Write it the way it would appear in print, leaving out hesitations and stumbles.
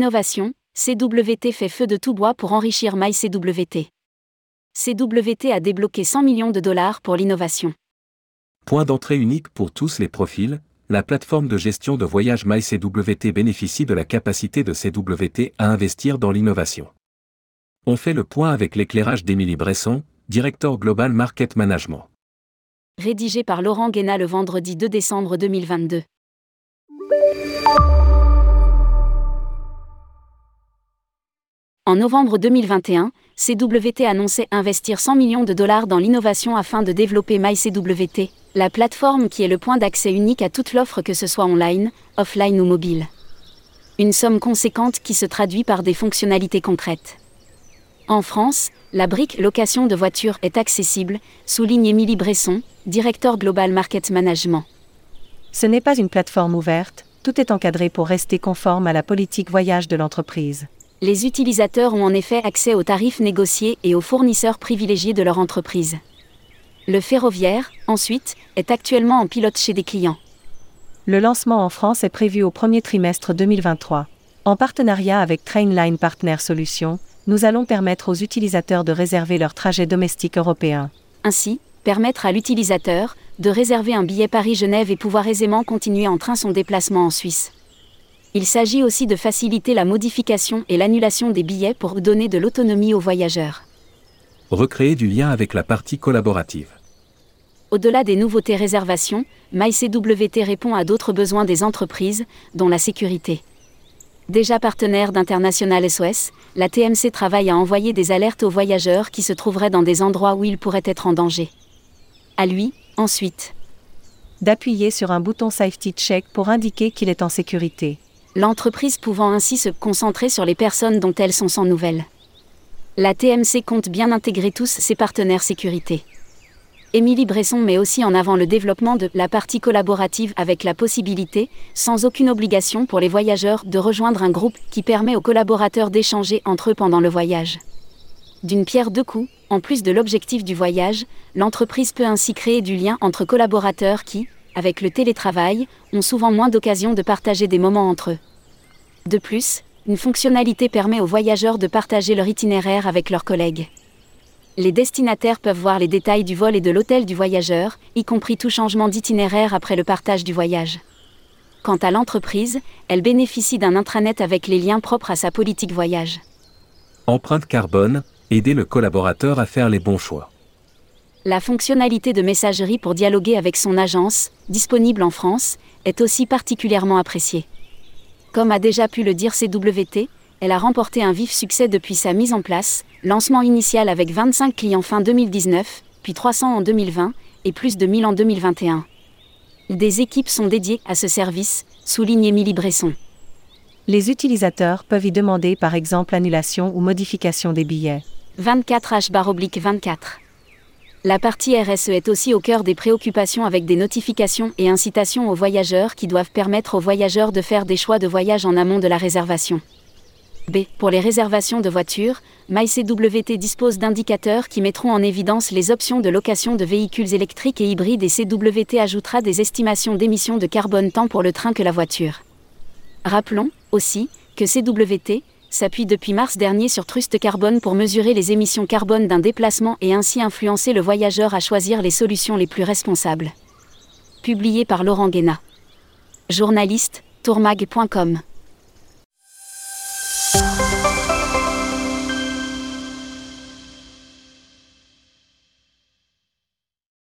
Innovation, CWT fait feu de tout bois pour enrichir MyCWT. CWT a débloqué 100 millions de dollars pour l'innovation. Point d'entrée unique pour tous les profils, la plateforme de gestion de voyage MyCWT bénéficie de la capacité de CWT à investir dans l'innovation. On fait le point avec l'éclairage d'Émilie Bresson, Directeur Global Market Management. Rédigé par Laurent Guéna le vendredi 2 décembre 2022. En novembre 2021, CWT annonçait investir 100 millions de dollars dans l'innovation afin de développer MyCWT, la plateforme qui est le point d'accès unique à toute l'offre que ce soit online, offline ou mobile. Une somme conséquente qui se traduit par des fonctionnalités concrètes. En France, la brique location de voitures est accessible, souligne Émilie Bresson, Directeur Global Market Management. Ce n'est pas une plateforme ouverte, tout est encadré pour rester conforme à la politique voyage de l'entreprise. Les utilisateurs ont en effet accès aux tarifs négociés et aux fournisseurs privilégiés de leur entreprise. Le ferroviaire, ensuite, est actuellement en pilote chez des clients. Le lancement en France est prévu au premier trimestre 2023. En partenariat avec Trainline Partner Solutions, nous allons permettre aux utilisateurs de réserver leur trajet domestique européen. Ainsi, permettre à l'utilisateur de réserver un billet Paris-Genève et pouvoir aisément continuer en train son déplacement en Suisse. Il s'agit aussi de faciliter la modification et l'annulation des billets pour donner de l'autonomie aux voyageurs. Recréer du lien avec la partie collaborative. Au-delà des nouveautés réservations, MyCWT répond à d'autres besoins des entreprises, dont la sécurité. Déjà partenaire d'International SOS, la TMC travaille à envoyer des alertes aux voyageurs qui se trouveraient dans des endroits où ils pourraient être en danger. À lui, ensuite, d'appuyer sur un bouton Safety Check pour indiquer qu'il est en sécurité. L'entreprise pouvant ainsi se concentrer sur les personnes dont elles sont sans nouvelles. La TMC compte bien intégrer tous ses partenaires sécurité. Émilie Bresson met aussi en avant le développement de la partie collaborative avec la possibilité, sans aucune obligation pour les voyageurs, de rejoindre un groupe qui permet aux collaborateurs d'échanger entre eux pendant le voyage. D'une pierre deux coups, en plus de l'objectif du voyage, l'entreprise peut ainsi créer du lien entre collaborateurs qui, avec le télétravail, ont souvent moins d'occasions de partager des moments entre eux. De plus, une fonctionnalité permet aux voyageurs de partager leur itinéraire avec leurs collègues. Les destinataires peuvent voir les détails du vol et de l'hôtel du voyageur, y compris tout changement d'itinéraire après le partage du voyage. Quant à l'entreprise, elle bénéficie d'un intranet avec les liens propres à sa politique voyage. Empreinte carbone, aider le collaborateur à faire les bons choix. La fonctionnalité de messagerie pour dialoguer avec son agence, disponible en France, est aussi particulièrement appréciée. Comme a déjà pu le dire CWT, elle a remporté un vif succès depuis sa mise en place, lancement initial avec 25 clients fin 2019, puis 300 en 2020, et plus de 1000 en 2021. Des équipes sont dédiées à ce service, souligne Émilie Bresson. Les utilisateurs peuvent y demander par exemple annulation ou modification des billets. 24H/24. La partie RSE est aussi au cœur des préoccupations avec des notifications et incitations aux voyageurs qui doivent permettre aux voyageurs de faire des choix de voyage en amont de la réservation. Pour les réservations de voitures, MyCWT dispose d'indicateurs qui mettront en évidence les options de location de véhicules électriques et hybrides et CWT ajoutera des estimations d'émissions de carbone tant pour le train que la voiture. Rappelons, aussi, que CWT s'appuie depuis mars dernier sur Trust Carbone pour mesurer les émissions carbone d'un déplacement et ainsi influencer le voyageur à choisir les solutions les plus responsables. Publié par Laurent Guéna. Journaliste, tourmag.com.